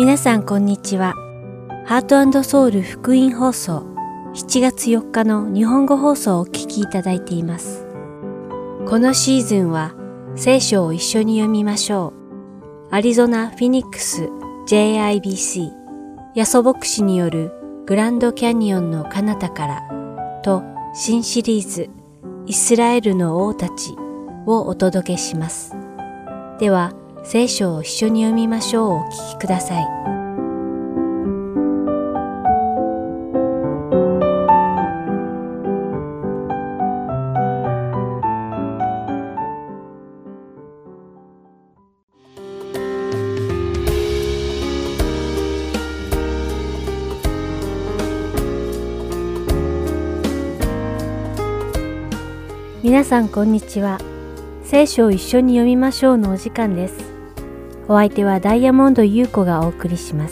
皆さんこんにちは。ハート&ソウル福音放送7月4日の日本語放送をお聞きいただいています。このシーズンは聖書を一緒に読みましょう。アリゾナ・フィニックス JIBC ヤソ牧師によるグランドキャニオンの彼方からと新シリーズイスラエルの王たちをお届けします。では聖書を一緒に読みましょう。お聞きください。皆さんこんにちは。聖書を一緒に読みましょうのお時間です。お相手はダイヤモンド優子がお送りします。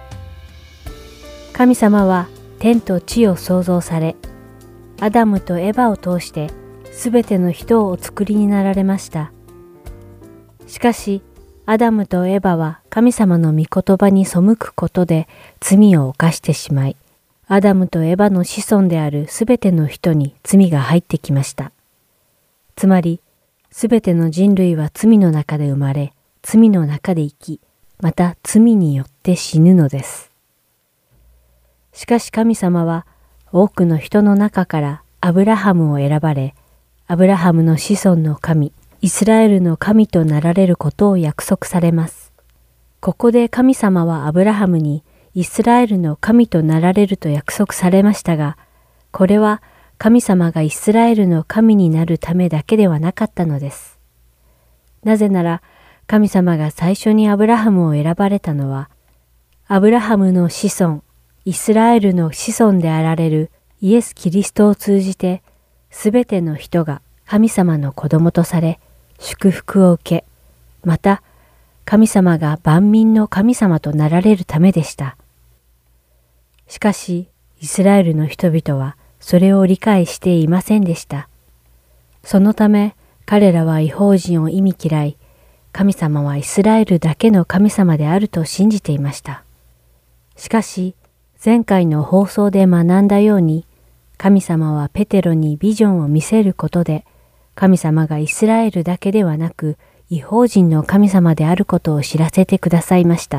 神様は天と地を創造され、アダムとエバを通してすべての人をお作りになられました。しかし、アダムとエバは神様の御言葉に背くことで罪を犯してしまい、アダムとエバの子孫であるすべての人に罪が入ってきました。つまり、すべての人類は罪の中で生まれ、罪の中で生き、また罪によって死ぬのです。しかし神様は多くの人の中からアブラハムを選ばれ、アブラハムの子孫の神、イスラエルの神となられることを約束されます。ここで神様はアブラハムにイスラエルの神となられると約束されましたが、これは神様がイスラエルの神になるためだけではなかったのです。なぜなら、神様が最初にアブラハムを選ばれたのは、アブラハムの子孫、イスラエルの子孫であられるイエス・キリストを通じて、すべての人が神様の子供とされ、祝福を受け、また神様が万民の神様となられるためでした。しかし、イスラエルの人々はそれを理解していませんでした。そのため、彼らは異邦人を忌み嫌い、神様はイスラエルだけの神様であると信じていました。しかし、前回の放送で学んだように、神様はペテロにビジョンを見せることで、神様がイスラエルだけではなく、異邦人の神様であることを知らせてくださいました。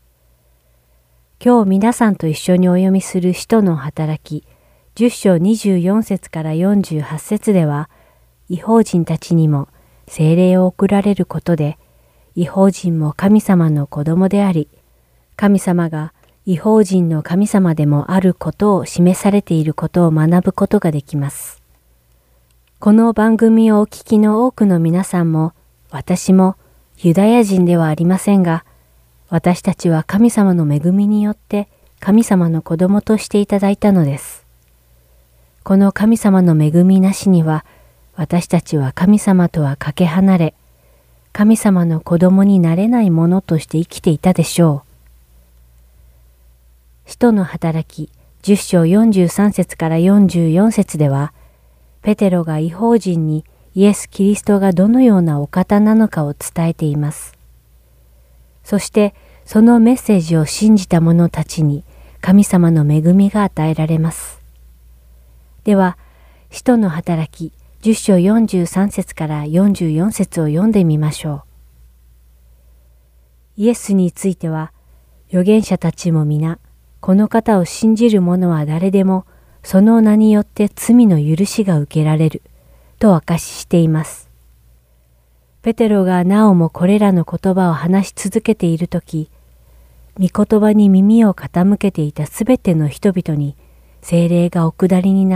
今日皆さんと一緒にお読みする使徒の働き、10章24節から48節では、異邦人たちにも聖霊を送られることで、異邦人も神様の子供であり、神様が異邦人の神様でもあることを示されていることを学ぶことができます。この番組をお聞きの多くの皆さんも、私もユダヤ人ではありませんが、私たちは神様の恵みによって神様の子供としていただいたのです。この神様の恵みなしには、私たちは神様とはかけ離れ、神様の子供になれないものとして生きていたでしょう。使徒の働き10章43節から44節では、ペテロが異邦人にイエス・キリストがどのようなお方なのかを伝えています。そしてそのメッセージを信じた者たちに神様の恵みが与えられます。では、使徒の働き10章43節から44節を読んでみましょう。イエスについては、預言者たちも皆、この方を信じる者は誰でも、その名によって罪の許しが受けられる、と証ししています。ペテロがなおもこれらの言葉を話し続けているとき、御言葉に耳を傾けていたすべての人々に聖霊がお下りになった。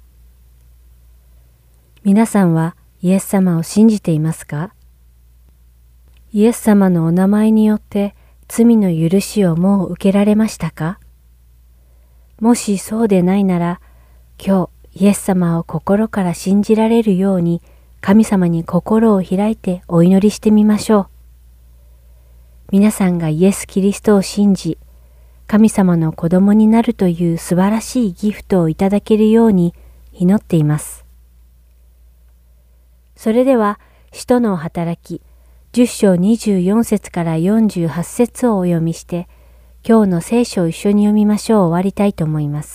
皆さんはイエス様を信じていますか？イエス様のお名前によって罪の許しをもう受けられましたか？もしそうでないなら、今日イエス様を心から信じられるように神様に心を開いてお祈りしてみましょう。皆さんがイエス・キリストを信じ、神様の子供になるという素晴らしいギフトをいただけるように祈っています。それでは、使徒の働き 10章24節から48節をお読みして、今日の聖書を一緒に読みましょう。終わりたいと思います。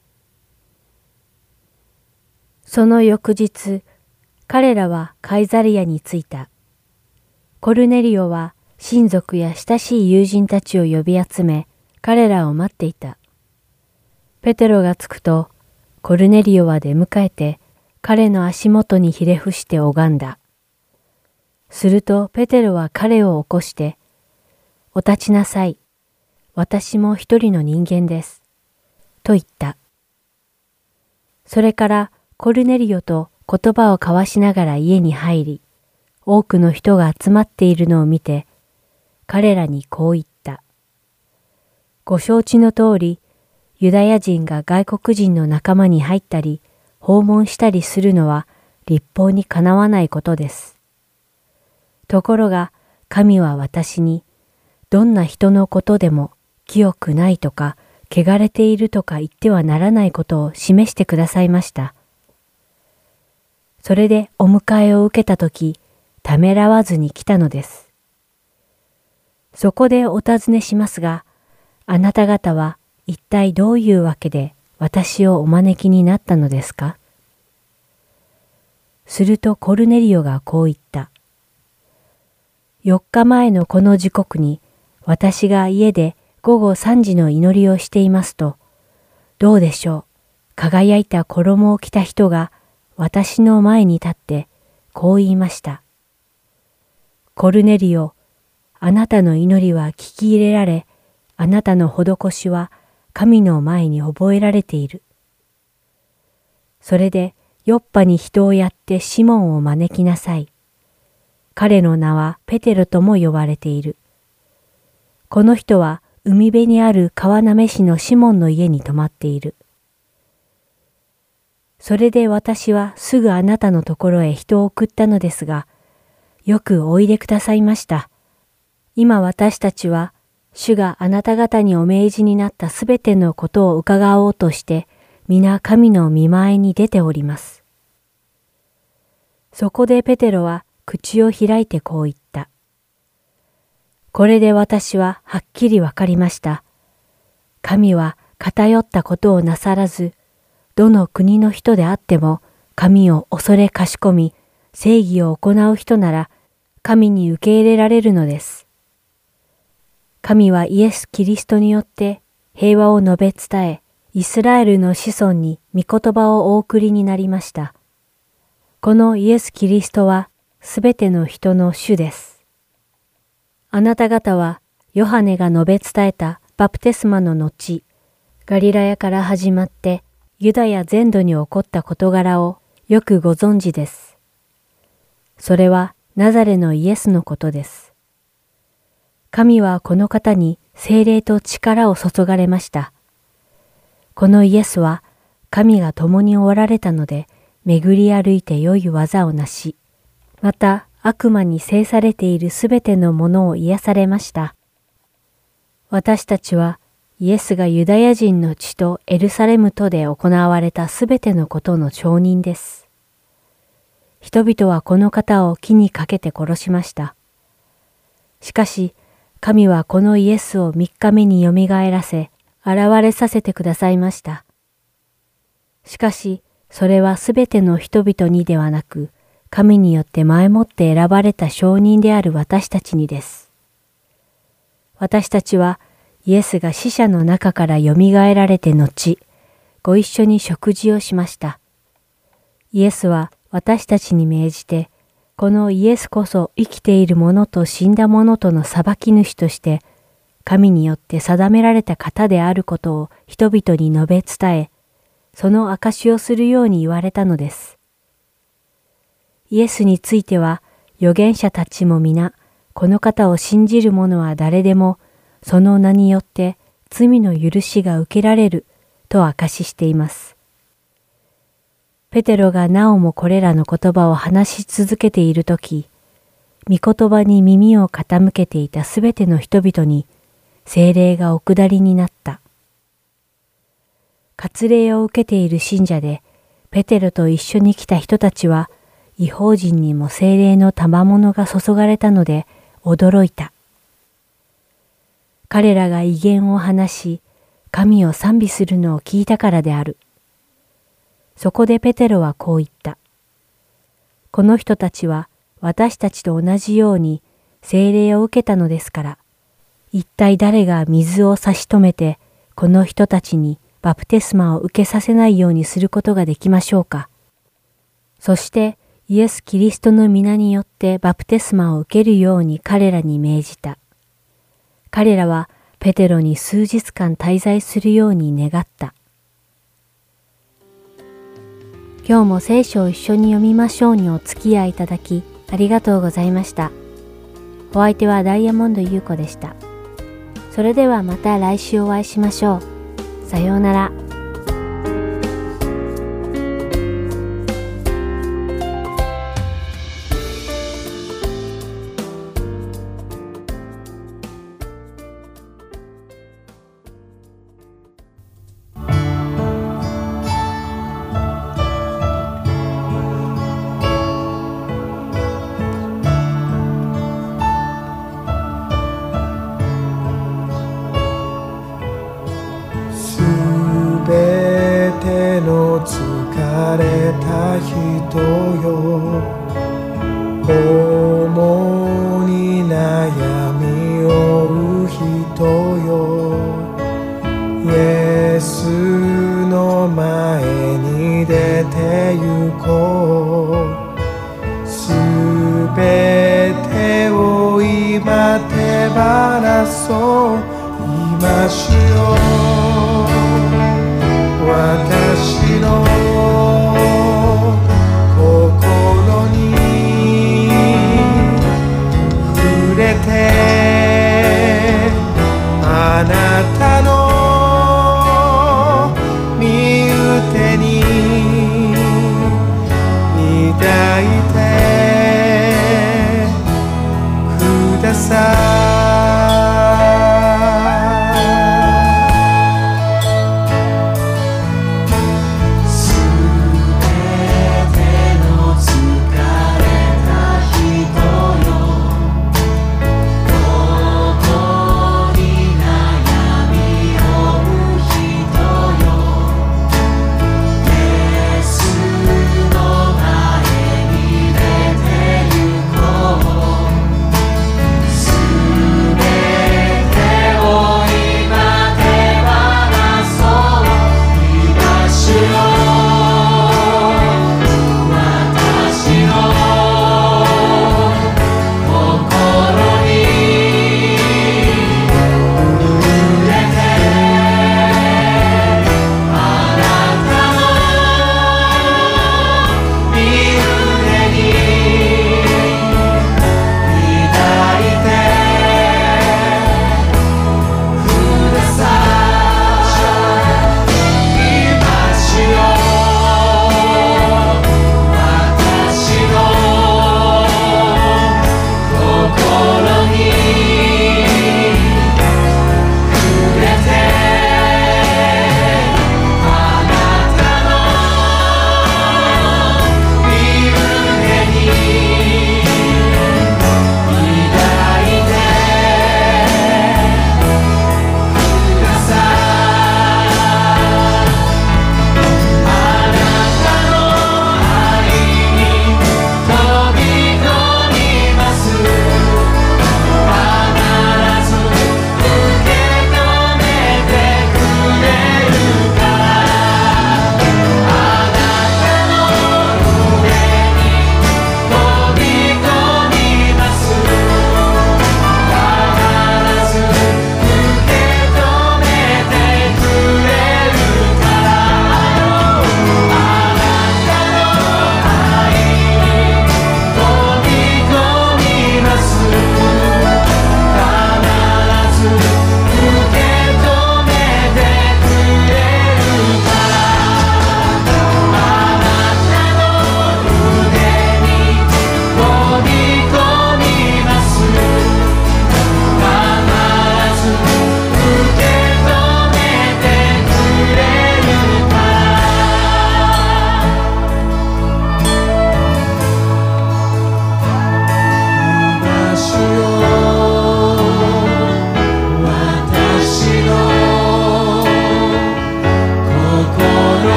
その翌日、彼らはカイザリアに着いた。コルネリオは親族や親しい友人たちを呼び集め、彼らを待っていた。ペテロが着くと、コルネリオは出迎えて、彼の足元にひれ伏して拝んだ。するとペテロは彼を起こして、お立ちなさい。私も一人の人間です。と言った。それからコルネリオと言葉を交わしながら家に入り、多くの人が集まっているのを見て、彼らにこう言った。ご承知の通り、ユダヤ人が外国人の仲間に入ったり、訪問したりするのは律法にかなわないことです。ところが、神は私に、どんな人のことでも清くないとか、汚れているとか言ってはならないことを示してくださいました。それでお迎えを受けたとき、ためらわずに来たのです。そこでお尋ねしますが、あなた方は一体どういうわけで私をお招きになったのですか？するとコルネリオがこう言った。4日前のこの時刻に私が家で午後3時の祈りをしていますと、どうでしょう、輝いた衣を着た人が私の前に立ってこう言いました。コルネリオ、あなたの祈りは聞き入れられ、あなたの施しは神の前に覚えられている。それでヨッパに人をやってシモンを招きなさい。彼の名はペテロとも呼ばれている。この人は海辺にある川なめ市のシモンの家に泊まっている。それで私はすぐあなたのところへ人を送ったのですが、よくおいでくださいました。今私たちは、主があなた方にお命じになったすべてのことを伺おうとして、皆神の御前に出ております。そこでペテロは口を開いてこう言った。これで私ははっきりわかりました。神は偏ったことをなさらず、どの国の人であっても神を恐れかしこみ、正義を行う人なら神に受け入れられるのです。神はイエス・キリストによって平和を述べ伝え、イスラエルの子孫に御言葉をお送りになりました。このイエス・キリストはすべての人の主です。あなた方はヨハネが述べ伝えたバプテスマの後、ガリラヤから始まってユダヤ全土に起こった事柄をよくご存知です。それはナザレのイエスのことです。神はこの方に聖霊と力を注がれました。このイエスは神が共におられたので巡り歩いて良い技をなし、また悪魔に制されているすべてのものを癒されました。私たちはイエスがユダヤ人の地とエルサレムとで行われたすべてのことの証人です。人々はこの方を木にかけて殺しました。しかし、神はこのイエスを3日目によみがえらせ、現れさせてくださいました。しかし、それはすべての人々にではなく、神によって前もって選ばれた証人である私たちにです。私たちは、イエスが死者の中からよみがえられて後、ご一緒に食事をしました。イエスは私たちに命じて、このイエスこそ生きている者と死んだ者との裁き主として、神によって定められた方であることを人々に述べ伝え、その証しをするように言われたのです。イエスについては、預言者たちも皆、この方を信じる者は誰でも、その名によって罪の許しが受けられると証ししています。ペテロがなおもこれらの言葉を話し続けているとき、御言葉に耳を傾けていたすべての人々に聖霊がお下りになった。割礼を受けている信者で、ペテロと一緒に来た人たちは、 異邦人にも聖霊の賜物が注がれたので驚いた。彼らが異言を話し、神を賛美するのを聞いたからである。そこでペテロはこう言った。この人たちは私たちと同じように聖霊を受けたのですから、一体誰が水を差し止めてこの人たちにバプテスマを受けさせないようにすることができましょうか。そしてイエス・キリストの皆によってバプテスマを受けるように彼らに命じた。彼らはペテロに数日間滞在するように願った。今日も聖書を一緒に読みましょうにお付き合いいただきありがとうございました。お相手はダイヤモンド優子でした。それではまた来週お会いしましょう。さようなら。 疲れた人よ、重に悩み負う人よ、イエスの前に出て行こう。すべてを今手放そう。今主よ、私の心に触れて、あなたの身腕に抱いてください。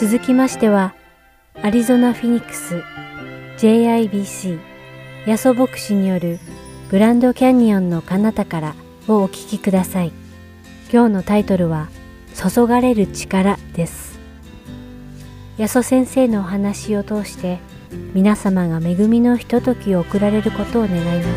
続きましては、アリゾナ・フィニックス JIBC ヤソ牧師によるグランドキャニオンの彼方からをお聞きください。今日のタイトルは注がれる力です。ヤソ先生のお話を通して皆様が恵みのひとときを送られることを願います。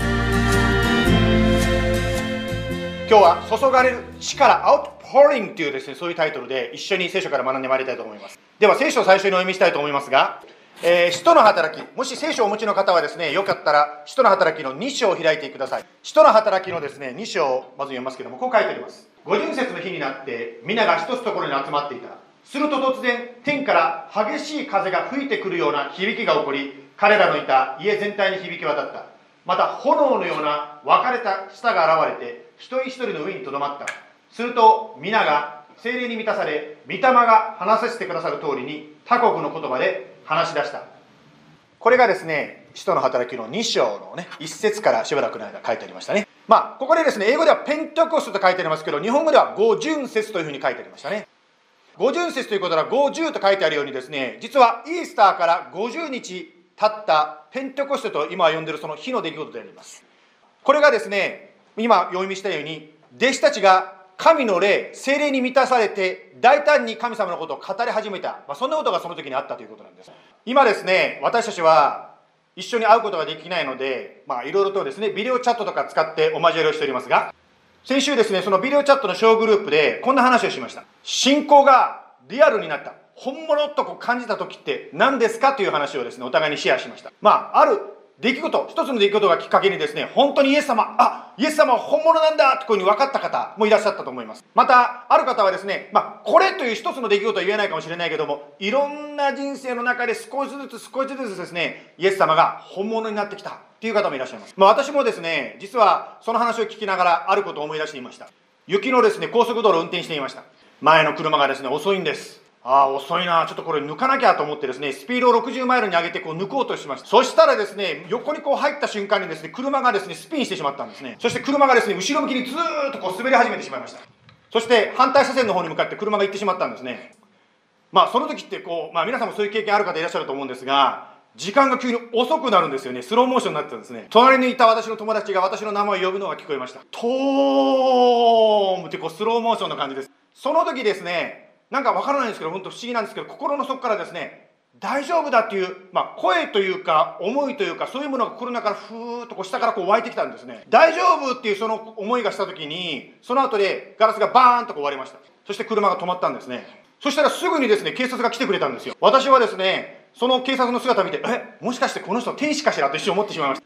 今日は注がれる力、アウトポーリングというですね、そういうタイトルで一緒に聖書から学んでまいりたいと思います。では聖書を最初にお読みしたいと思いますが、使徒の働き、もし聖書をお持ちの方はですね、よかったら使徒の働きの2章を開いてください。使徒の働きのですね、2章をまず読みますけども、こう書いてあります。五巡節の日になって皆が一つところに集まっていた。すると突然天から激しい風が吹いてくるような響きが起こり、彼らのいた家全体に響き渡った。また炎のような分かれた舌が現れて一人一人の上にとどまった。すると皆が聖霊に満たされ、御霊が話させてくださる通りに他国の言葉で話し出した。これがですね、使徒の働きの2章のね、1節からしばらくの間書いてありましたね。ここでですね、英語ではペンテコストと書いてありますけど、日本語では五巡節というふうに書いてありましたね。五巡節ということは50と書いてあるようにですね、実はイースターから50日経ったペンテコストと今呼んでいるその日の出来事であります。これがですね、今読みしたように、弟子たちが神の霊、聖霊に満たされて大胆に神様のことを語り始めた、そんなことがその時にあったということなんです。今ですね、私たちは一緒に会うことができないので、いろいろとですね、ビデオチャットとか使ってお交わりをしておりますが、先週ですね、そのビデオチャットの小グループでこんな話をしました。信仰がリアルになった、本物と感じた時って何ですかという話をですね、お互いにシェアしました。ある出来事、一つの出来事がきっかけにですね、本当にイエス様は本物なんだとこういうふうに分かった方もいらっしゃったと思います。またある方はですね、これという一つの出来事は言えないかもしれないけども、いろんな人生の中で少しずつですね、イエス様が本物になってきたという方もいらっしゃいます。私もですね、実はその話を聞きながらあることを思い出していました。雪のですね、高速道路を運転していました。前の車がですね、遅いんです。遅いな、ちょっとこれ抜かなきゃと思ってですね、スピードを60マイルに上げて抜こうとしました。そしたらですね、横に入った瞬間にですね、車がですね、スピンしてしまったんですね。そして車がですね、後ろ向きにずーっと滑り始めてしまいました。そして反対車線の方に向かって車が行ってしまったんですね。その時って皆さんもそういう経験ある方いらっしゃると思うんですが、時間が急に遅くなるんですよね。スローモーションになってたんですね。隣にいた私の友達が私の名前を呼ぶのが聞こえました。トームってスローモーションの感じです。その時ですね、なんかわからないんですけど、本当不思議なんですけど、心の底からですね、大丈夫だっていう、声というか思いというか、そういうものが心の中からふーっと下から湧いてきたんですね。大丈夫っていうその思いがした時に、その後でガラスがバーンと割れました。そして車が止まったんですね。そしたらすぐにですね、警察が来てくれたんですよ。私はですね、その警察の姿を見て、もしかしてこの人天使かしらと一瞬思ってしまいました。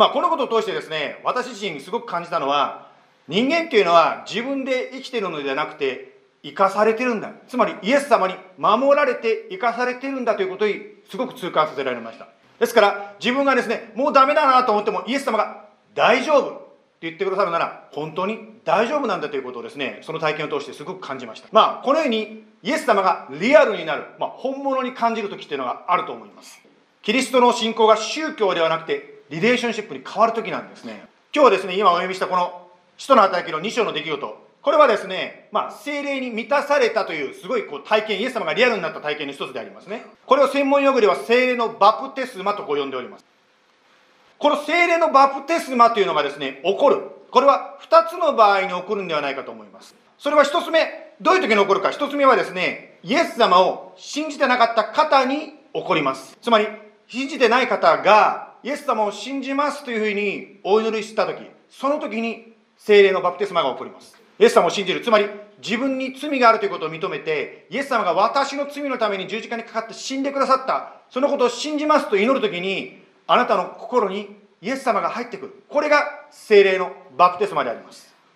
このことを通してですね、私自身すごく感じたのは、人間っていうのは自分で生きているのではなくて、生かされてるんだ。つまりイエス様に守られて生かされてるんだということにすごく痛感させられました。ですから自分がですね、もうダメだなと思ってもイエス様が大丈夫って言ってくださるなら本当に大丈夫なんだということをですね、その体験を通してすごく感じました。このようにイエス様がリアルになる、本物に感じる時っていうのがあると思います。キリストの信仰が宗教ではなくてリレーションシップに変わる時なんですね。今日はですね、今お読みしたこの使徒の働きの2章の出来事、これはですね、聖霊に満たされたというすごい体験、イエス様がリアルになった体験の一つでありますね。これを専門用語では聖霊のバプテスマと呼んでおります。この聖霊のバプテスマというのがですね、起こる。これは2つの場合に起こるんではないかと思います。それは1つ目、どういう時に起こるか。1つ目はですね、イエス様を信じてなかった方に起こります。つまり、信じてない方がイエス様を信じますというふうにお祈りした時、その時に聖霊のバプテスマが起こります。イエス様を信じる、つまり自分に罪があるということを認めて、イエス様が私の罪のために十字架にかかって死んでくださった、そのことを信じますと祈るときに、あなたの心にイエス様が入ってくる。これが聖霊のバプテスマであります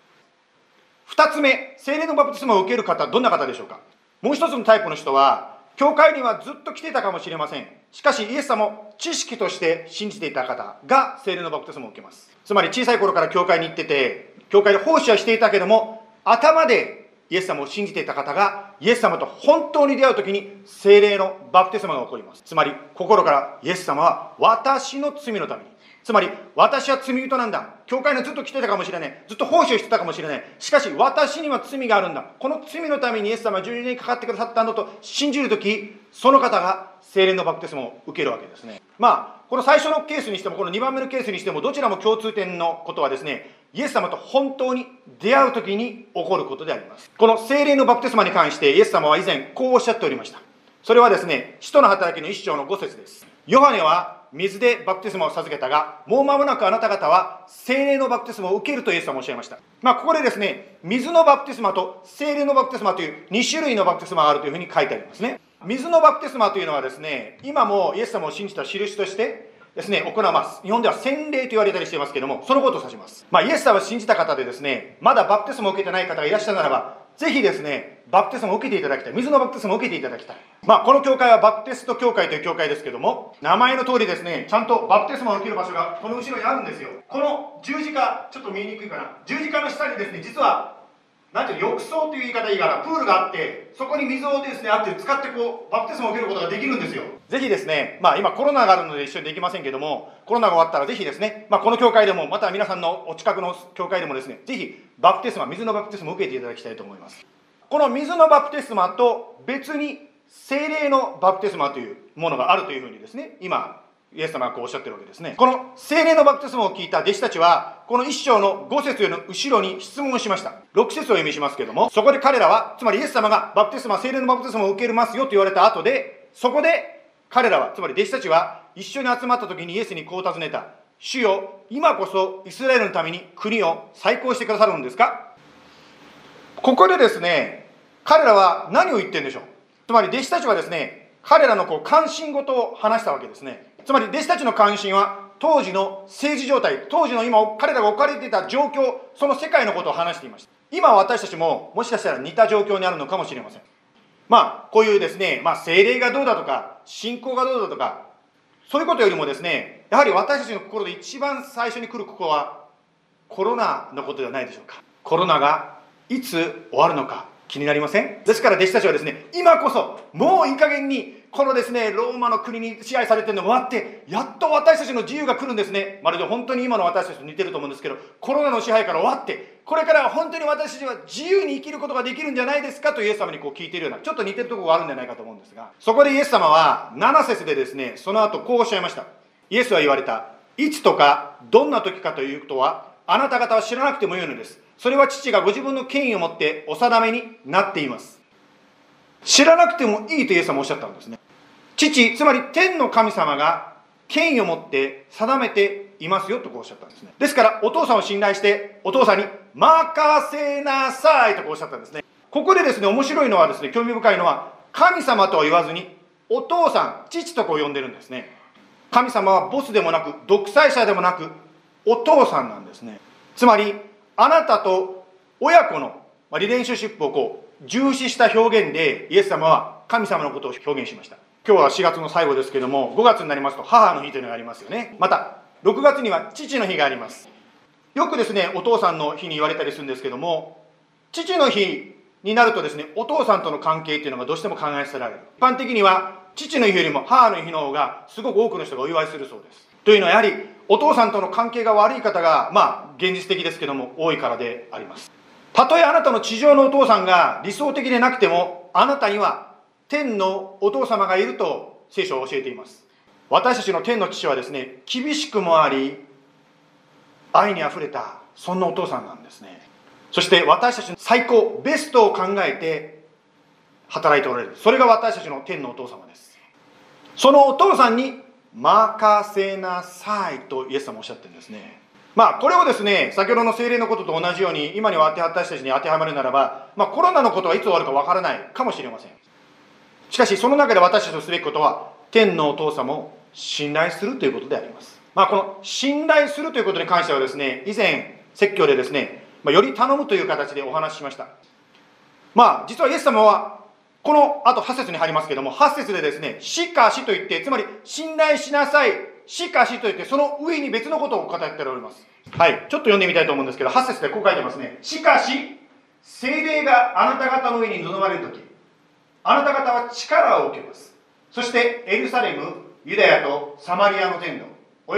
。2つ目、聖霊のバプテスマを受ける方はどんな方でしょうか。もう一つのタイプの人は、教会にはずっと来ていたかもしれません。しかしイエス様を知識として信じていた方が聖霊のバプテスマを受けます。つまり小さい頃から教会に行ってて、教会で奉仕はしていたけども、頭でイエス様を信じていた方がイエス様と本当に出会う時に聖霊のバプテスマが起こります。つまり心からイエス様は私の罪のために、 つまり、私は罪人なんだ。教会にずっと来てたかもしれない。ずっと奉仕をしてたかもしれない。しかし、私には罪があるんだ。この罪のためにイエス様は十字架にかかってくださったんだと信じるとき、その方が聖霊のバプテスマを受けるわけですね。この最初のケースにしても、この2番目のケースにしても、どちらも共通点のことはですね、イエス様と本当に出会うときに起こることであります。この聖霊のバプテスマに関して、イエス様は以前、こうおっしゃっておりました。それはですね、使徒の働きの1章の5節です。ヨハネは水でバプテスマを授けたが、もう間もなくあなた方は聖霊のバプテスマを受けるとイエス様はおっしゃいました。ここでですね、水のバプテスマと聖霊のバプテスマという2種類のバプテスマがあるというふうに書いてありますね。水のバプテスマというのはですね、今もイエス様を信じた印としてですね、行わます。日本では洗礼と言われたりしていますけれども、そのことを指します。イエス様を信じた方でですね、まだバプテスマを受けてない方がいらっしゃるならば、ぜひですね、バプテスマを受けていただきたい。水のバプテスマを受けていただきたい。この教会はバプテスト教会という教会ですけども、名前の通りですね、ちゃんとバプテスマを受ける場所がこの後ろにあるんですよ。この十字架、ちょっと見えにくいかな。十字架の下にですね、実は、浴槽という言い方いいから、プールがあって、そこに水をですね、あって使ってバプテスマを受けることができるんですよ。ぜひですね、今コロナがあるので一緒にできませんけども、コロナが終わったらぜひですね、この教会でも、また皆さんのお近くの教会でもですね、ぜひバプテスマ、水のバプテスマを受けていただきたいと思います。この水のバプテスマと別に聖霊のバプテスマというものがあるというふうにですね、今、イエス様がこうおっしゃってるわけですね。この聖霊のバプテスマを聞いた弟子たちは、この1章の5節の後ろに質問をしました。6節を読みしますけれども、そこで彼らは、つまりイエス様がバプテスマ、聖霊のバプテスマを受けますよと言われた後で、そこで彼らは、つまり弟子たちは、一緒に集まった時にイエスにこう尋ねた。主よ、今こそイスラエルのために国を再興してくださるのですか？ここでですね、彼らは何を言ってるんでしょう。つまり弟子たちはですね、彼らの関心事を話したわけですね。つまり弟子たちの関心は当時の政治状態、当時の今彼らが置かれていた状況、その世界のことを話していました。今私たちももしかしたら似た状況にあるのかもしれません。こういうですね、聖霊がどうだとか信仰がどうだとか、そういうことよりもですね、やはり私たちの心で一番最初に来ることはコロナのことではないでしょうか。コロナがいつ終わるのか気になりません？ですから弟子たちはですね、今こそもういい加減にこのですね、ローマの国に支配されているのが終わって、やっと私たちの自由が来るんですね。まるで本当に今の私たちと似てると思うんですけど、コロナの支配から終わって、これからは本当に私たちは自由に生きることができるんじゃないですかとイエス様に聞いているような、ちょっと似てるところがあるんじゃないかと思うんですが、そこでイエス様は7節でですね、その後こうおっしゃいました。イエスは言われた。いつとかどんな時かということはあなた方は知らなくてもよいのです。それは父がご自分の権威を持ってお定めになっています。知らなくてもいいとイエス様はおっしゃったんですね。父、つまり天の神様が権威を持って定めていますよとこうおっしゃったんですね。ですからお父さんを信頼してお父さんに任せなさいとこうおっしゃったんですね。ここでですね、面白いのはですね、興味深いのは、神様とは言わずにお父さん、父とこう呼んでるんですね。神様はボスでもなく独裁者でもなくお父さんなんですね。つまりあなたと親子のリレーションシップを重視した表現でイエス様は神様のことを表現しました。今日は4月の最後ですけども、5月になりますと母の日というのがありますよね。また6月には父の日があります。よくですね、お父さんの日に言われたりするんですけども、父の日になるとですね、お父さんとの関係っていうのがどうしても考えさせられる。一般的には父の日よりも母の日の方がすごく多くの人がお祝いするそうです。というのはやはりお父さんとの関係が悪い方が現実的ですけども多いからであります。たとえあなたの地上のお父さんが理想的でなくても、あなたには天のお父様がいると聖書は教えています。私たちの天の父はですね、厳しくもあり愛にあふれたそんなお父さんなんですね。そして私たちの最高ベストを考えて働いておられる、それが私たちの天のお父様です。そのお父さんに任せなさいとイエス様おっしゃってるんですね。これをですね、先ほどの聖霊のことと同じように今には私たちに当てはまるならば、コロナのことはいつ終わるかわからないかもしれません。しかしその中で私たちのすべきことは天のお父様を信頼するということであります。この信頼するということに関してはですね、以前説教でですね、より頼むという形でお話ししました。実はイエス様はこのあと8節に入りますけども、8節でですね、しかしと言って、つまり信頼しなさい、しかしと言って、その上に別のことを語っております。はい、ちょっと読んでみたいと思うんですけど、8節でこう書いてますね。しかし聖霊があなた方の上に臨まれるとき、あなた方は力を受けます。そしてエルサレム、ユダヤとサマリアの全土、および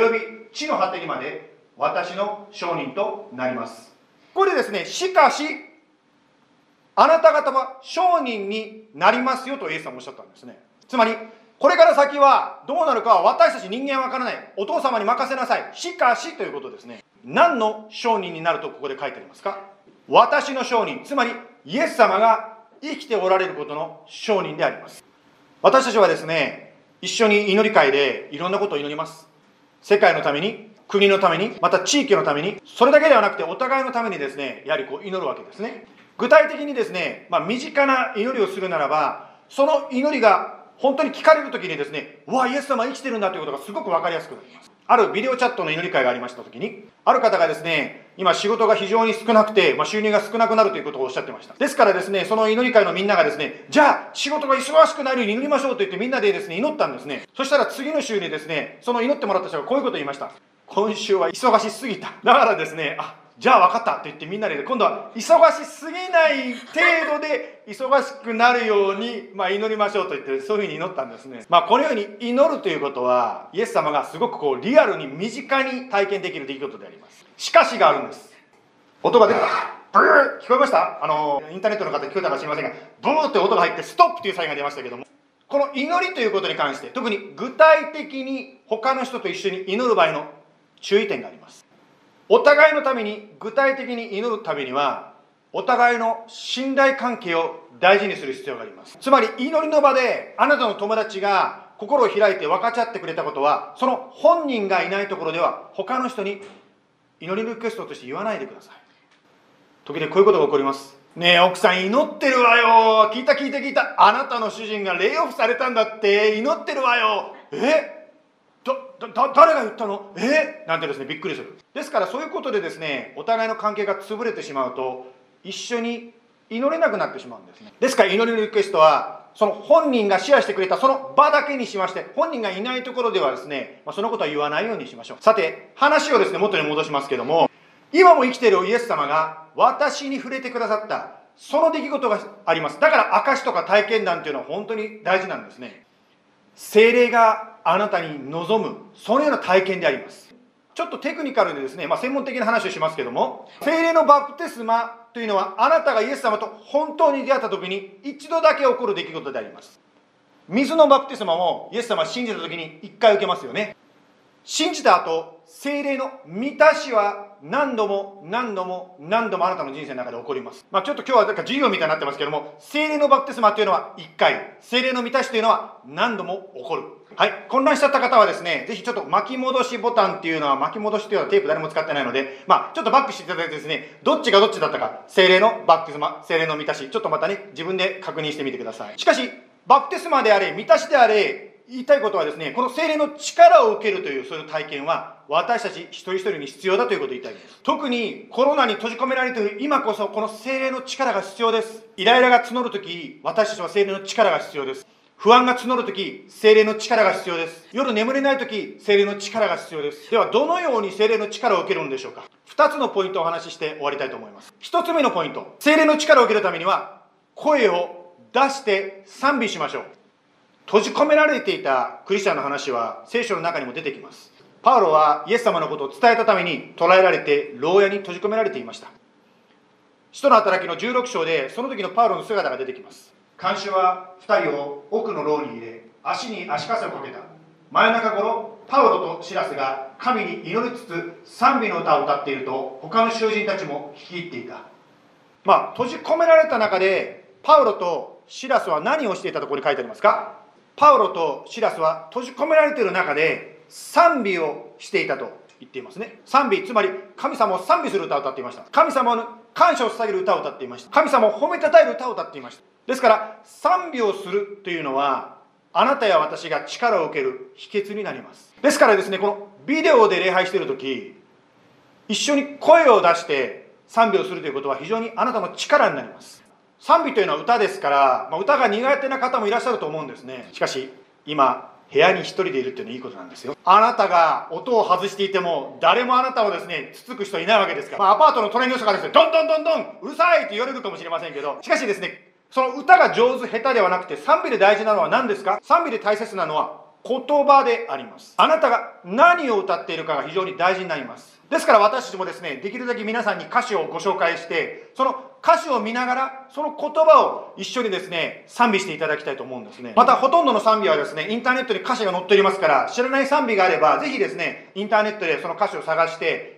地の果てにまで私の証人となります。これでですね、しかしあなた方は証人になりますよとイエス様おっしゃったんですね。つまりこれから先はどうなるかは私たち人間は分からない。お父様に任せなさい。しかしということですね。何の証人になるとここで書いてありますか？私の証人、つまりイエス様が生きておられることの証人であります。私たちはですね、一緒に祈り会でいろんなことを祈ります。世界のために、国のために、また地域のために、それだけではなくてお互いのためにですね、やはり祈るわけですね。具体的にですね、身近な祈りをするならば、その祈りが本当に聞かれるときにですね、うわ、イエス様生きてるんだということがすごく分かりやすくなります。あるビデオチャットの祈り会がありましたときに、ある方がですね、今仕事が非常に少なくて、収入が少なくなるということをおっしゃってました。ですからですね、その祈り会のみんながですね、じゃあ仕事が忙しくなるように祈りましょうと言ってみんなでですね、祈ったんですね。そしたら次の週にですね、その祈ってもらった人がこういうことを言いました。今週は忙しすぎた。だからですね、じゃあ分かったと言ってみんなで今度は忙しすぎない程度で忙しくなるように祈りましょうと言ってそういうふうに祈ったんですね。このように祈るということはイエス様がすごくリアルに身近に体験できる出来事であります。しかしがあるんです。音が出た。ブー聞こえました？インターネットの方聞こえたか知りませんが、ブーって音が入ってストップというサインが出ましたけども、この祈りということに関して特に具体的に他の人と一緒に祈る場合の注意点があります。お互いのために具体的に祈るためにはお互いの信頼関係を大事にする必要があります。つまり祈りの場であなたの友達が心を開いて分かち合ってくれたことはその本人がいないところでは他の人に祈りのリクエストとして言わないでください。時々こういうことが起こります。ねえ奥さん祈ってるわよ。聞いたあなたの主人がレイオフされたんだって祈ってるわよ。誰が言ったの？なんてですね、びっくりする。ですからそういうことでですね、お互いの関係が潰れてしまうと一緒に祈れなくなってしまうんですね。ですから祈りのリクエストはその本人がシェアしてくれたその場だけにしまして、本人がいないところではですね、そのことは言わないようにしましょう。さて話をですね元に戻しますけども、今も生きているイエス様が私に触れてくださったその出来事があります。だから証とか体験談というのは本当に大事なんですね。聖霊があなたに望むそのような体験であります。ちょっとテクニカルでですね、専門的な話をしますけども、聖霊のバプテスマというのはあなたがイエス様と本当に出会った時に一度だけ起こる出来事であります。水のバプテスマもイエス様を信じた時に一回受けますよね。信じた後、聖霊の満たしは何度もあなたの人生の中で起こります。ちょっと今日はなんか授業みたいになってますけども、聖霊のバプテスマというのは1回、聖霊の満たしというのは何度も起こる。はい、混乱しちゃった方はですね、ぜひちょっと巻き戻しボタンっていうのは、巻き戻しというのはテープ誰も使ってないので、ちょっとバックしていただいてですね、どっちがどっちだったか、聖霊のバプテスマ、聖霊の満たし、ちょっとまたね、自分で確認してみてください。しかし、バプテスマであれ、満たしであれ、言いたいことはですね、この聖霊の力を受けるというそういう体験は私たち一人一人に必要だということを言いたいんです。特にコロナに閉じ込められている今こそこの聖霊の力が必要です。イライラが募るとき、私たちは聖霊の力が必要です。不安が募るとき、聖霊の力が必要です。夜眠れないとき、聖霊の力が必要です。ではどのように聖霊の力を受けるんでしょうか。2つのポイントをお話しして終わりたいと思います。1つ目のポイント、聖霊の力を受けるためには声を出して賛美しましょう。閉じ込められていたクリスチャンの話は聖書の中にも出てきます。パウロはイエス様のことを伝えたために捕らえられて牢屋に閉じ込められていました。使徒の働きの16章でその時のパウロの姿が出てきます。看守は2人を奥の牢に入れ、足に足かせをかけた。真夜中頃パウロとシラスが神に祈りつつ賛美の歌を歌っていると他の囚人たちも聞き入っていた。閉じ込められた中でパウロとシラスは何をしていたところに書いてありますか。パウロとシラスは閉じ込められている中で賛美をしていたと言っていますね。賛美、つまり神様を賛美する歌を歌っていました。神様の感謝を捧げる歌を歌っていました。神様を褒めたたえる歌を歌っていました。ですから賛美をするというのはあなたや私が力を受ける秘訣になります。ですからですね、このビデオで礼拝している時、一緒に声を出して賛美をするということは非常にあなたの力になります。賛美というのは歌ですから、歌が苦手な方もいらっしゃると思うんですね。しかし今部屋に一人でいるっていうのはいいことなんですよ。あなたが音を外していても誰もあなたをですねつつく人いないわけですから、アパートの隣の人がですねドンドンドンドンうるさいって言われるかもしれませんけど、しかしですね、その歌が上手下手ではなくて賛美で大事なのは何ですか。賛美で大切なのは言葉であります。あなたが何を歌っているかが非常に大事になります。ですから私たちもですね、できるだけ皆さんに歌詞をご紹介して、その歌詞を見ながら、その言葉を一緒にですね、賛美していただきたいと思うんですね。また、ほとんどの賛美はですね、インターネットに歌詞が載っておりますから、知らない賛美があれば、ぜひですね、インターネットでその歌詞を探して、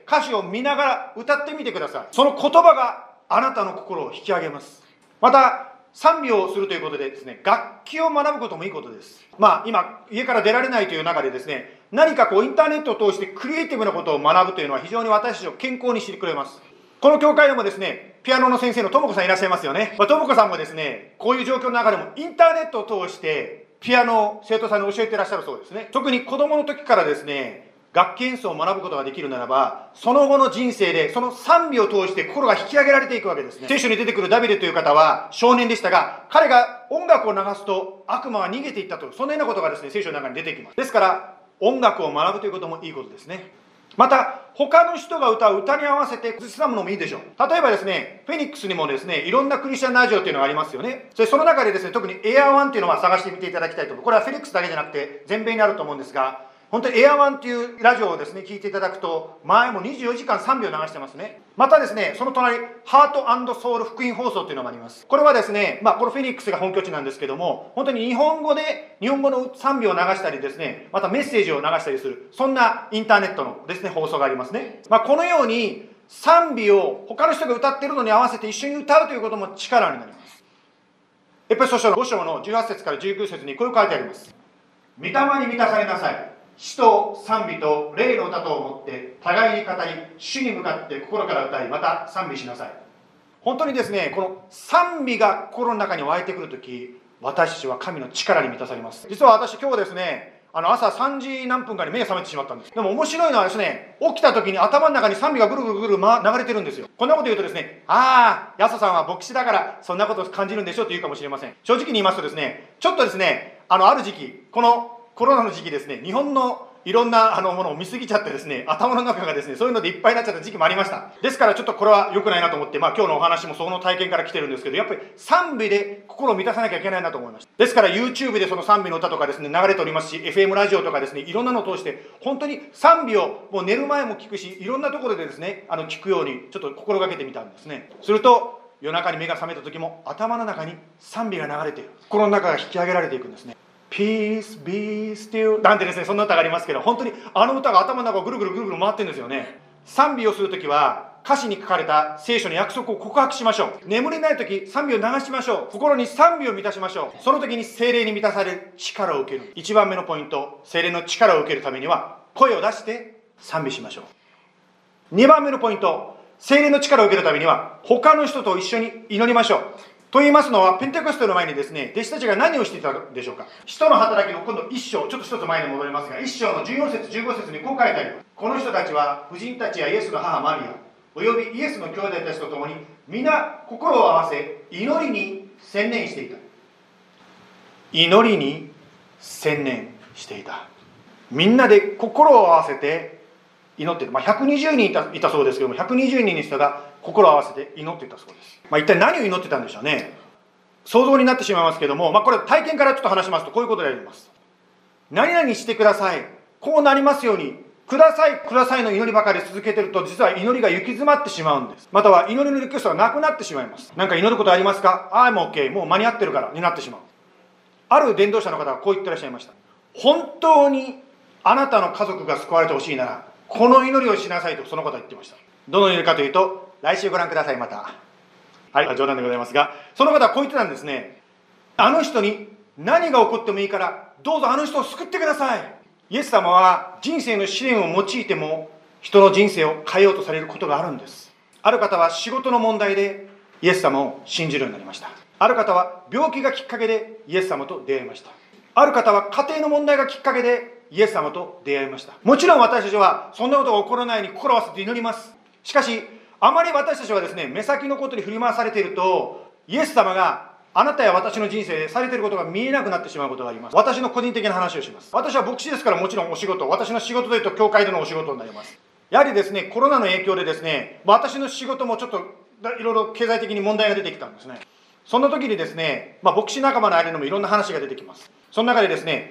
歌詞を見ながら歌ってみてください。その言葉があなたの心を引き上げます。また、賛美をするということでですね、楽器を学ぶこともいいことです。今、家から出られないという中でですね、何かインターネットを通してクリエイティブなことを学ぶというのは非常に私たちを健康にしてくれます。この教会でもですね、ピアノの先生のともこさんいらっしゃいますよね。ともこさんもですね、こういう状況の中でもインターネットを通してピアノを生徒さんに教えていらっしゃるそうですね。特に子供の時からですね、楽器演奏を学ぶことができるならば、その後の人生でその賛美を通して心が引き上げられていくわけですね。聖書に出てくるダビデという方は少年でしたが、彼が音楽を流すと悪魔は逃げていったと、そんなようなことがですね、聖書の中に出てきます。ですから音楽を学ぶということもいいことですね。また他の人が歌う歌に合わせて口ずさむのもいいでしょう。例えばですね、フェニックスにもですね、いろんなクリスチャンラジオというのがありますよね。その中でですね、特にエアワンというのは探してみていただきたいと思う。これはフェニックスだけじゃなくて全米にあると思うんですが、本当にエアワンというラジオをですね、聞いていただくと、前も24時間3秒流してますね。またですね、その隣、ハート&ソウル福音放送というのもあります。これはですね、これフェニックスが本拠地なんですけども、本当に日本語の賛美を流したりですね、またメッセージを流したりする、そんなインターネットのですね、放送がありますね。このように、賛美を他の人が歌っているのに合わせて一緒に歌うということも力になります。エペソ書5章の18節から19節にこういう書いてあります。御霊に満たされなさい。詩と賛美と霊の歌とをもって互いに語り、主に向かって心から歌い、また賛美しなさい。本当にですね、この賛美が心の中に湧いてくるとき、私たちは神の力に満たされます。実は私今日ですね、朝3時何分かに目が覚めてしまったんです。でも面白いのはですね、起きた時に頭の中に賛美がぐるぐるぐる流れてるんですよ。こんなこと言うとですね、安田さんは牧師だからそんなことを感じるんでしょと言うかもしれません。正直に言いますとですね、ちょっとですね、ある時期、このコロナの時期ですね、日本のいろんなものを見過ぎちゃってですね、頭の中がですね、そういうのでいっぱいになっちゃった時期もありました。ですからちょっとこれは良くないなと思って、今日のお話もその体験から来てるんですけど、やっぱり賛美で心を満たさなきゃいけないなと思いました。ですから YouTube でその賛美の歌とかですね、流れておりますし、FM ラジオとかですね、いろんなのを通して、本当に賛美をもう寝る前も聞くし、いろんなところでですね、聞くようにちょっと心がけてみたんですね。すると、夜中に目が覚めた時も頭の中に賛美が流れている。心の中が引き上げられていくんですね。Peace be still なんてですね、そんな歌がありますけど、本当に歌が頭の中をぐるぐるぐるぐる回ってるんですよね。賛美をするときは歌詞に書かれた聖書の約束を告白しましょう。眠れないとき賛美を流しましょう。心に賛美を満たしましょう。その時に聖霊に満たされる力を受ける。1番目のポイント、聖霊の力を受けるためには声を出して賛美しましょう。2番目のポイント、聖霊の力を受けるためには他の人と一緒に祈りましょう。と言いますのは、ペンテコステの前にですね、弟子たちが何をしていたでしょうか。使徒の働きの今度1章、ちょっと一つ前に戻りますが、1章の14節15節にこう書いてあります。この人たちは婦人たちやイエスの母マリアおよびイエスの兄弟たちと共に皆心を合わせ祈りに専念していた。祈りに専念していた。みんなで心を合わせて祈っていた。120人いたそうですけども、120人の人が心を合わせて祈っていたそうです。一体何を祈ってたんでしょうね。想像になってしまいますけども、これ体験からちょっと話しますとこういうことであります。何々してください、こうなりますように、くださいくださいの祈りばかり続けてると、実は祈りが行き詰まってしまうんです。または祈りのリクエストがなくなってしまいます。何か祈ることありますか。もう OK、 もう間に合ってるからになってしまう。ある伝道者の方がこう言ってらっしゃいました。本当にあなたの家族が救われてほしいならこの祈りをしなさいとその方は言ってました。どの祈りかというと、来週ご覧ください。また冗談でございますが、その方はこう言ってたんですね。あの人に何が起こってもいいからどうぞあの人を救ってください。イエス様は人生の試練を用いても人の人生を変えようとされることがあるんです。ある方は仕事の問題でイエス様を信じるようになりました。ある方は病気がきっかけでイエス様と出会いました。ある方は家庭の問題がきっかけでイエス様と出会いました。もちろん私たちはそんなことが起こらないように心を合わせて祈ります。しかしあまり私たちはですね、目先のことに振り回されていると、イエス様があなたや私の人生でされていることが見えなくなってしまうことがあります。私の個人的な話をします。私は牧師ですから、もちろんお仕事、私の仕事というと教会でのお仕事になります。やはりですね、コロナの影響でですね、私の仕事もちょっといろいろ経済的に問題が出てきたんですね。そんな時にですね、牧師仲間の間でもいろんな話が出てきます。その中でですね、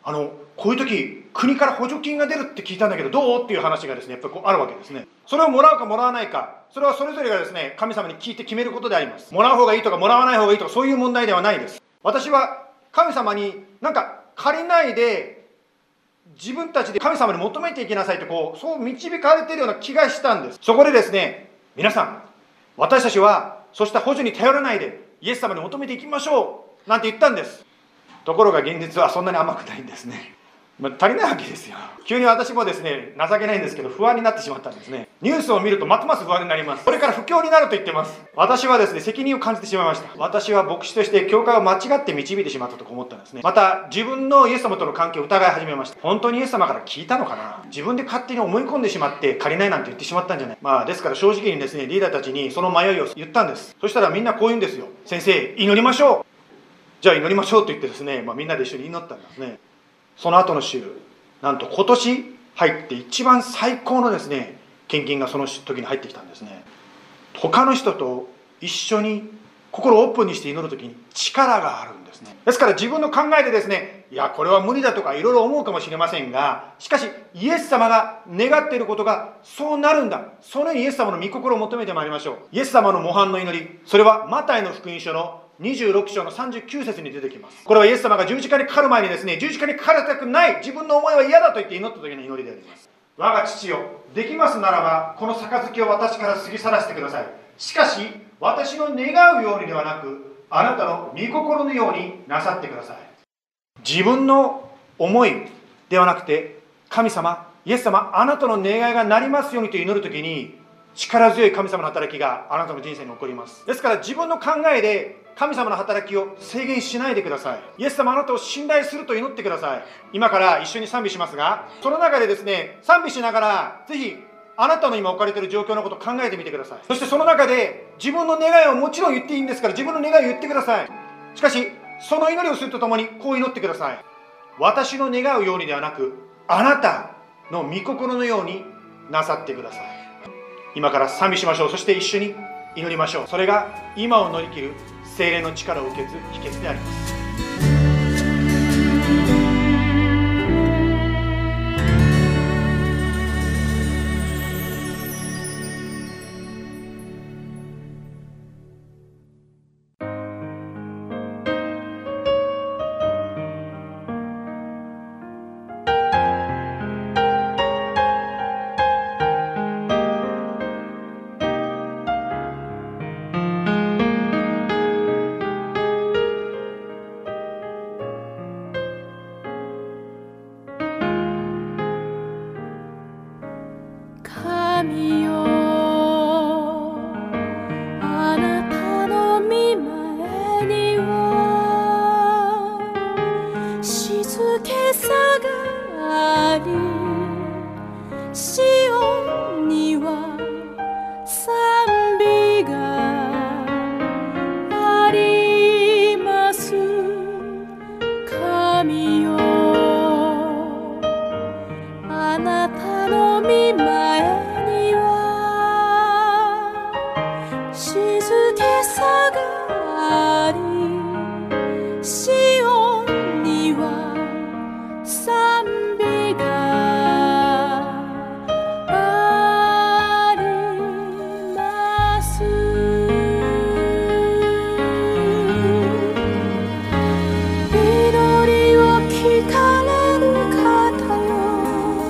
こういう時国から補助金が出るって聞いたんだけどどうっていう話がですね、やっぱりあるわけですね。それをもらうかもらわないか、それはそれぞれがですね、神様に聞いて決めることであります。もらう方がいいとかもらわない方がいいとか、そういう問題ではないです。私は神様になんか借りないで自分たちで神様に求めていきなさいってそう導かれているような気がしたんです。そこでですね、皆さん、私たちはそうした補助に頼らないでイエス様に求めていきましょうなんて言ったんです。ところが現実はそんなに甘くないんですね。足りないわけですよ。急に私もですね、情けないんですけど不安になってしまったんですね。ニュースを見るとますます不安になります。これから不況になると言ってます。私はですね、責任を感じてしまいました。私は牧師として教会を間違って導いてしまったと思ったんですね。また自分のイエス様との関係を疑い始めました。本当にイエス様から聞いたのかな、自分で勝手に思い込んでしまって借りないなんて言ってしまったんじゃない。ですから正直にですね、リーダーたちにその迷いを言ったんです。そしたらみんなこう言うんですよ。先生、祈りましょう。じゃあ祈りましょうと言ってですね、みんなで一緒に祈ったんですね。その後の週、なんと今年入って一番最高のですね、献金がその時に入ってきたんですね。他の人と一緒に心をオープンにして祈る時に力があるんですね。ですから自分の考えでですね、いやこれは無理だとかいろいろ思うかもしれませんが、しかしイエス様が願っていることがそうなるんだ。そのようにイエス様の御心を求めてまいりましょう。イエス様の模範の祈り、それはマタイの福音書の26章の39節に出てきます。これはイエス様が十字架にかかる前にですね、十字架にかかりたくない、自分の思いは嫌だと言って祈った時の祈りであります。我が父よ、できますならばこの杯を私から過ぎ去らせてください。しかし私の願うようにではなく、あなたの御心のようになさってください。自分の思いではなくて、神様、イエス様、あなたの願いがなりますようにと祈るときに、力強い神様の働きがあなたの人生に起こります。ですから自分の考えで神様の働きを制限しないでください。イエス様、あなたを信頼すると祈ってください。今から一緒に賛美しますが、その中でですね、賛美しながらぜひあなたの今置かれている状況のことを考えてみてください。そしてその中で自分の願いをもちろん言っていいんですから、自分の願いを言ってください。しかしその祈りをするとともにこう祈ってください。私の願うようにではなく、あなたの御心のようになさってください。今から賛美しましょう。そして一緒に祈りましょう。それが今を乗り切る聖霊の力を受け継ぐ秘訣であります。 神よ、あなたの御前には静けさがあり、シオンには賛美があります。神よ、あなたの御前には静けさがあり、シオンには賛美があります。祈りを聞かれる方よ、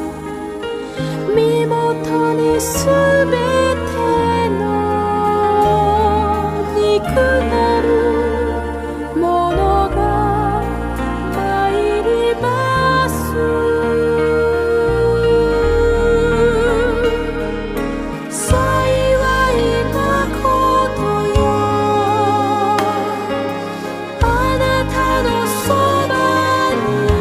身元にすべての肉なるものが入ります。幸いなことよ、あなたのそばに、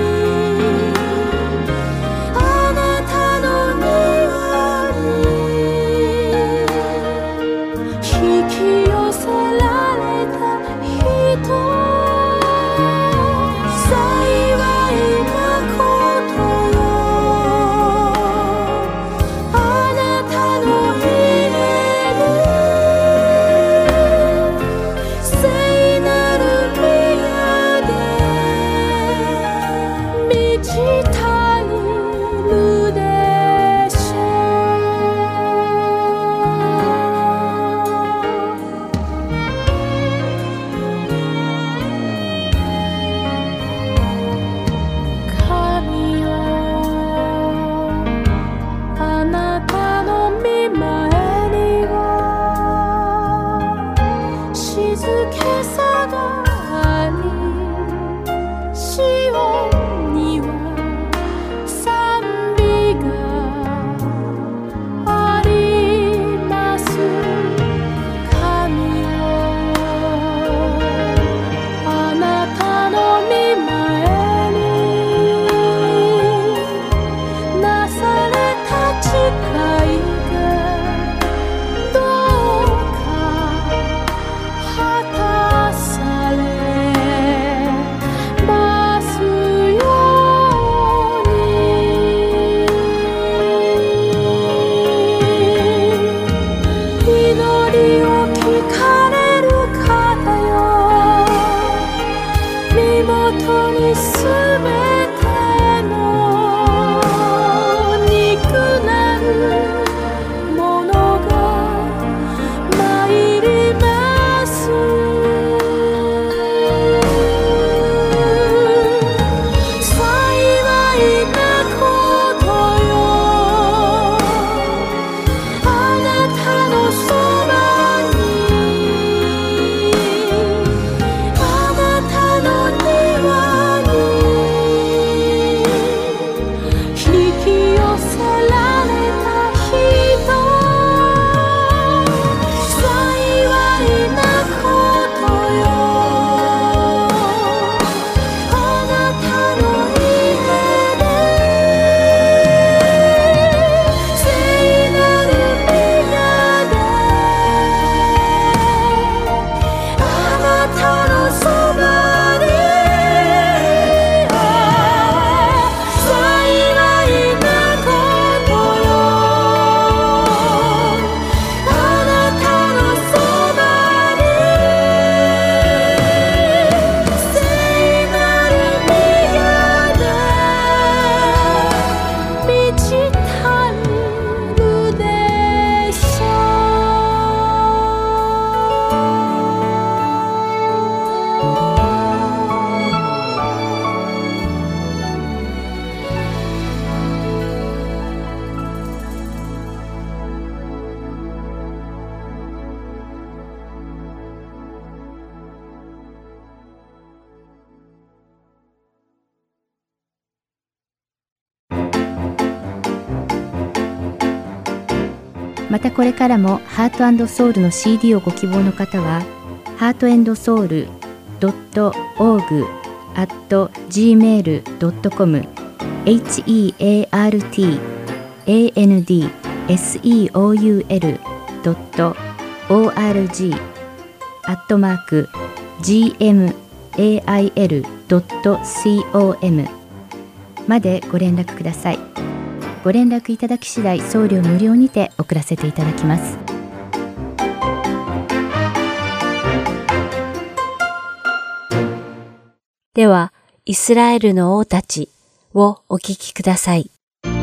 あなたの庭に引き寄せられた人。幸いなことよ、あなたの家に聖なる宮で静けさがあり、シオンには賛美があります。神よ、あなたの御前になされた誓いがどうか果たされますように。祈りを聞かれる方よ、身元にすべての肉なるものが参ります。幸いなことよ、あなたのそばに、あなたの庭に引き寄せられた人。幸いなことよ、あなたの家で聖なる御座で、あなたのそばに、幸いなことよ、あなたのそばに、聖なる御座で満ち足るでしょまたこれからもハート&ソウルの CD をご希望の方は heartandsoul.org@gmail.com heartandsoul.org@gmail.com までご連絡ください。ご連絡いただき次第送料無料にて送らせていただきます。 では、イスラエルの王たちをお聞きください。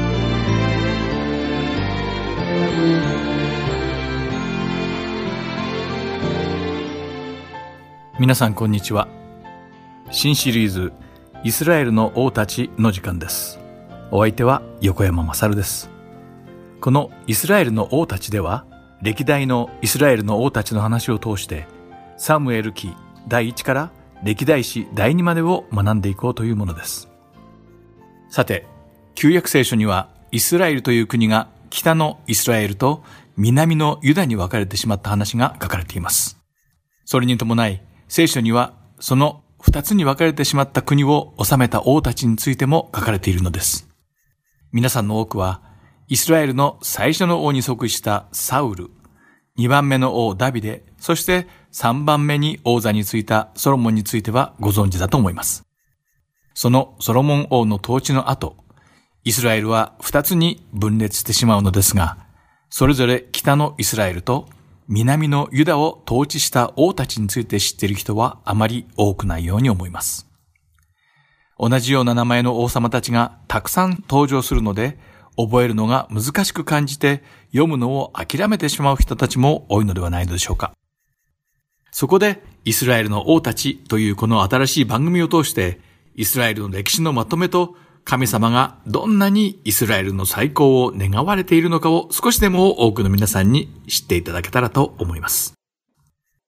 皆さんこんにちは。新シリーズイスラエルの王たちの時間です。お相手は横山まさるです。このイスラエルの王たちでは、歴代のイスラエルの王たちの話を通してサムエル記第1から歴代史第2までを学んでいこうというものです。さて、旧約聖書にはイスラエルという国が北のイスラエルと南のユダに分かれてしまった話が書かれています。それに伴い聖書にはその2つに分かれてしまった国を治めた王たちについても書かれているのです。皆さんの多くはイスラエルの最初の王に即したサウル、2番目の王ダビデ、そして3番目に王座についたソロモンについてはご存知だと思います。そのソロモン王の統治の後、イスラエルは2つに分裂してしまうのですが、それぞれ北のイスラエルと南のユダを統治した王たちについて知っている人はあまり多くないように思います。同じような名前の王様たちがたくさん登場するので、覚えるのが難しく感じて読むのを諦めてしまう人たちも多いのではないのでしょうか。そこでイスラエルの王たちというこの新しい番組を通して、イスラエルの歴史のまとめと神様がどんなにイスラエルの再興を願われているのかを少しでも多くの皆さんに知っていただけたらと思います。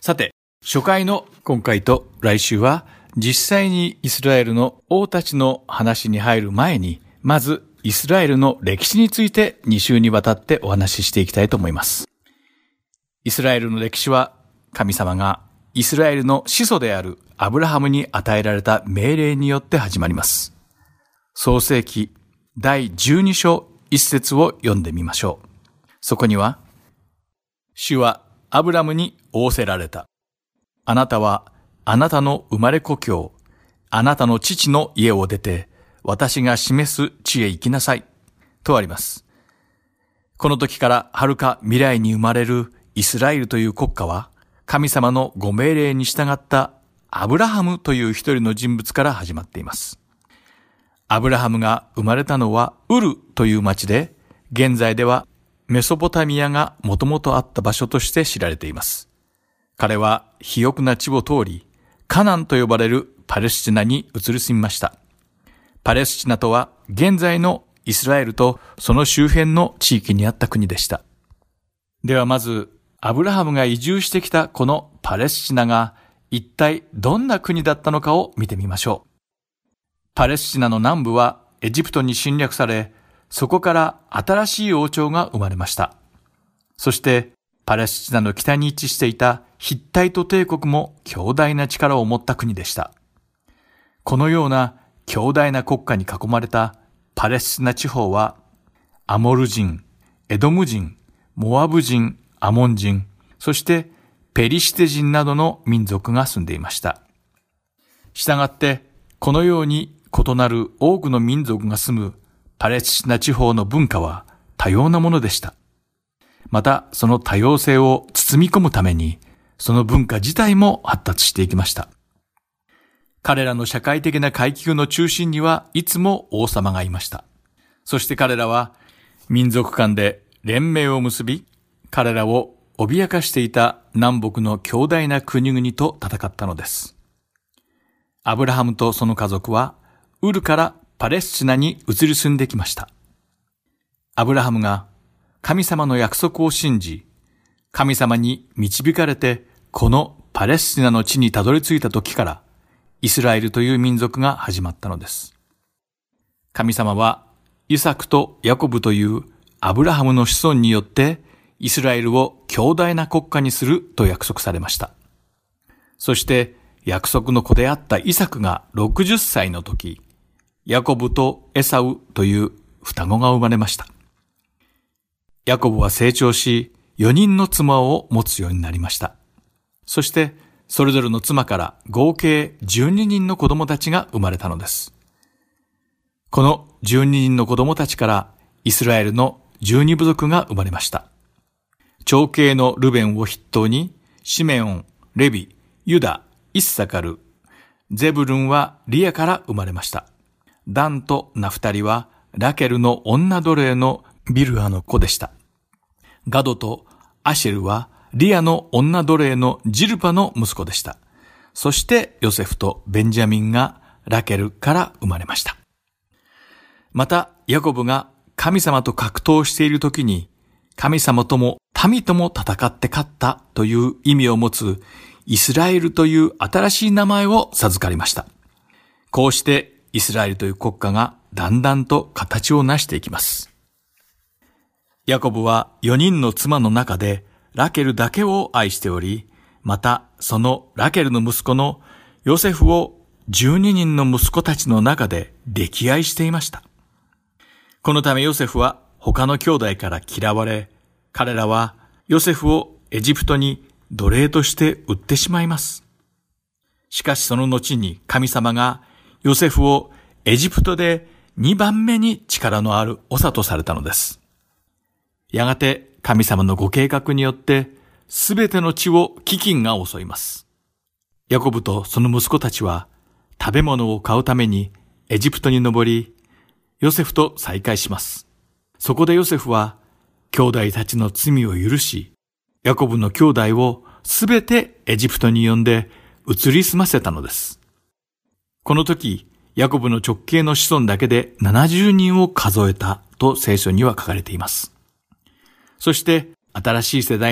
さて、初回の今回と来週は、実際にイスラエルの王たちの話に入る前に、まずイスラエルの歴史について2週にわたってお話ししていきたいと思います。イスラエルの歴史は、神様がイスラエルの始祖であるアブラハムに与えられた命令によって始まります。創世記第12章1節を読んでみましょう。そこには、主はアブラムに仰せられた。あなたはあなたの生まれ故郷、あなたの父の家を出て、私が示す地へ行きなさい。とあります。この時から遥か未来に生まれるイスラエルという国家は、神様のご命令に従ったアブラハムという一人の人物から始まっています。アブラハムが生まれたのはウルという町で、現在ではメソポタミアがもともとあった場所として知られています。彼は肥沃な地を通り、カナンと呼ばれるパレスチナに移り住みました。パレスチナとは現在のイスラエルとその周辺の地域にあった国でした。ではまず、アブラハムが移住してきたこのパレスチナが一体どんな国だったのかを見てみましょう。パレスチナの南部はエジプトに侵略され、そこから新しい王朝が生まれました。そしてパレスチナの北に位置していたヒッタイト帝国も強大な力を持った国でした。このような強大な国家に囲まれたパレスチナ地方は、アモル人、エドム人、モアブ人、アモン人、そしてペリシテ人などの民族が住んでいました。したがって、このように異なる多くの民族が住むパレスチナ地方の文化は多様なものでした。また、その多様性を包み込むために、その文化自体も発達していきました。彼らの社会的な階級の中心にはいつも王様がいました。そして彼らは民族間で連盟を結び、彼らを脅かしていた南北の強大な国々と戦ったのです。アブラハムとその家族はウルからパレスチナに移り住んできました。アブラハムが神様の約束を信じ、神様に導かれてこのパレスチナの地にたどり着いた時から、イスラエルという民族が始まったのです。神様はイサクとヤコブというアブラハムの子孫によってイスラエルを強大な国家にすると約束されました。そして約束の子であったイサクが60歳の時、ヤコブとエサウという双子が生まれました。ヤコブは成長し、4人の妻を持つようになりました。そして、それぞれの妻から合計12人の子供たちが生まれたのです。この12人の子供たちからイスラエルの12部族が生まれました。長兄のルベンを筆頭に、シメオン、レビ、ユダ、イッサカル、ゼブルンはリアから生まれました。ダンとナフタリはラケルの女奴隷のビルアの子でした。ガドとアシェルはリアの女奴隷のジルパの息子でした。そしてヨセフとベンジャミンがラケルから生まれました。またヤコブが神様と格闘している時に、神様とも民とも戦って勝ったという意味を持つイスラエルという新しい名前を授かりました。こうしてイスラエルという国家がだんだんと形を成していきます。ヤコブは4人の妻の中でラケルだけを愛しており、またそのラケルの息子のヨセフを12人の息子たちの中で溺愛していました。このためヨセフは他の兄弟から嫌われ、彼らはヨセフをエジプトに奴隷として売ってしまいます。しかしその後に神様がヨセフをエジプトで2番目に力のある長とされたのです。やがて神様のご計画によってすべての地を飢饉が襲います。ヤコブとその息子たちは食べ物を買うためにエジプトに登り、ヨセフと再会します。そこでヨセフは兄弟たちの罪を許し、ヤコブの兄弟をすべてエジプトに呼んで移り住ませたのです。この時、ヤコブの直系の子孫だけで70人を数えたと聖書には書かれています。そして新しい世代の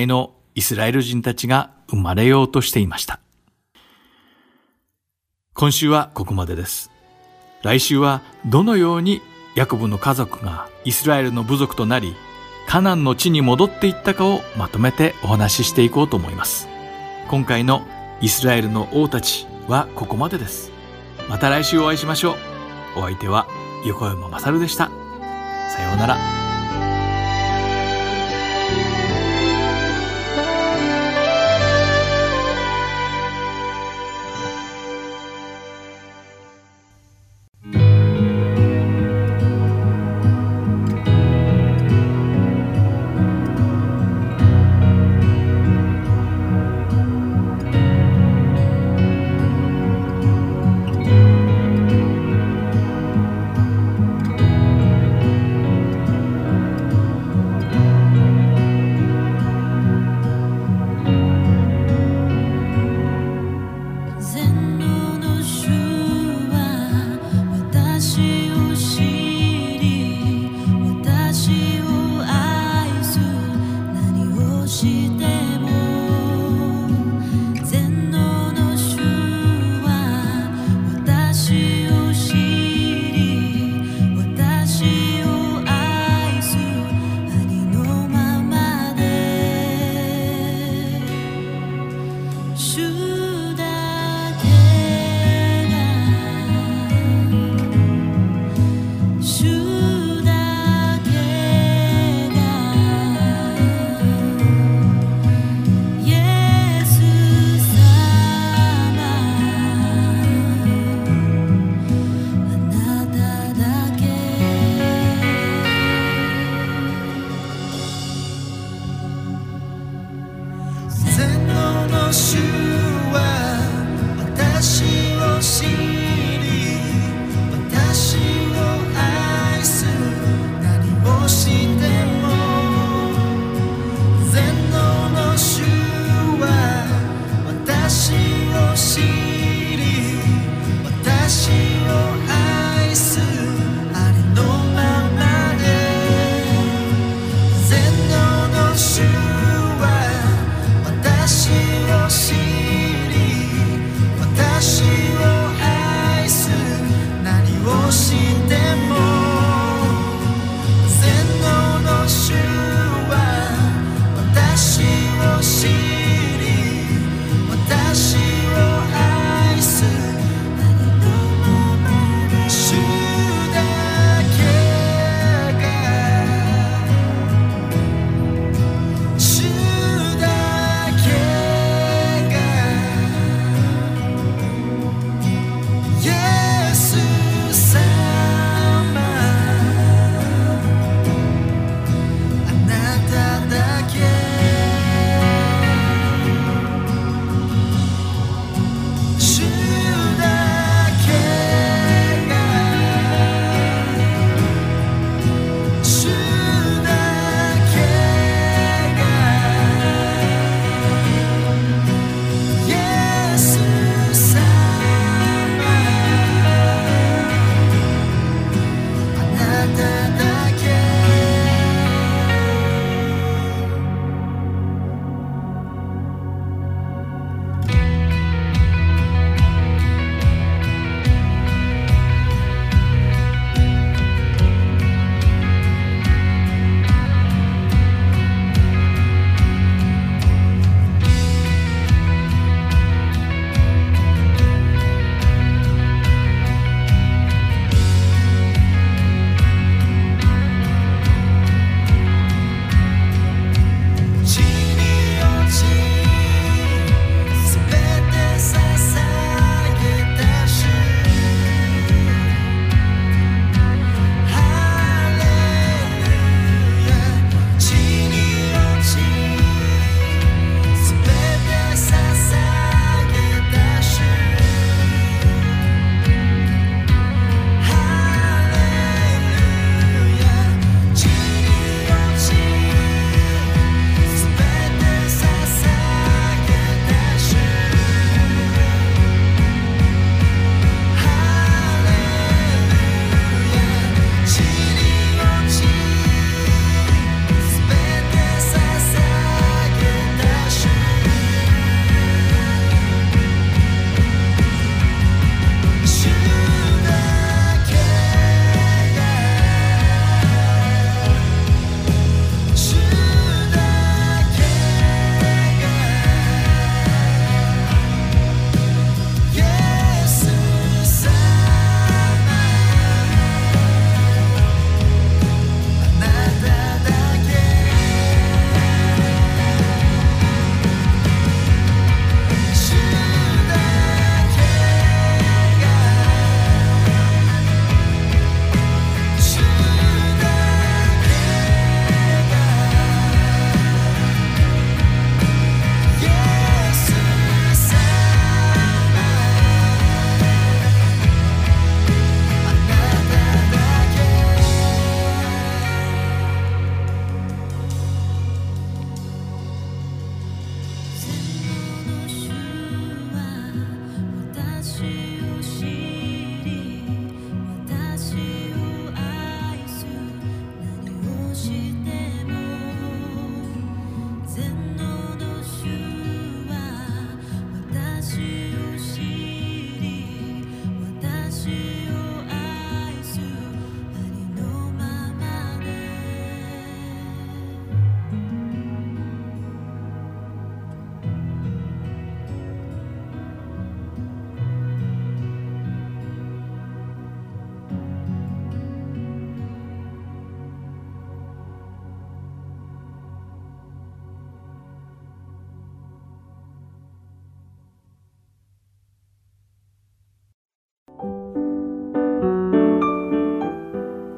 イスラエル人たちが生まれようとしていました。今週はここまでです。来週はどのようにヤコブの家族がイスラエルの部族となり、カナンの地に戻っていったかをまとめてお話ししていこうと思います。今回のイスラエルの王たちはここまでです。また来週お会いしましょう。お相手は横山まさるでした。さようなら。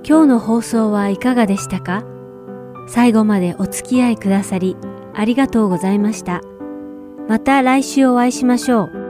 今日の放送はいかがでしたか？最後までお付き合いくださりありがとうございました。また来週お会いしましょう。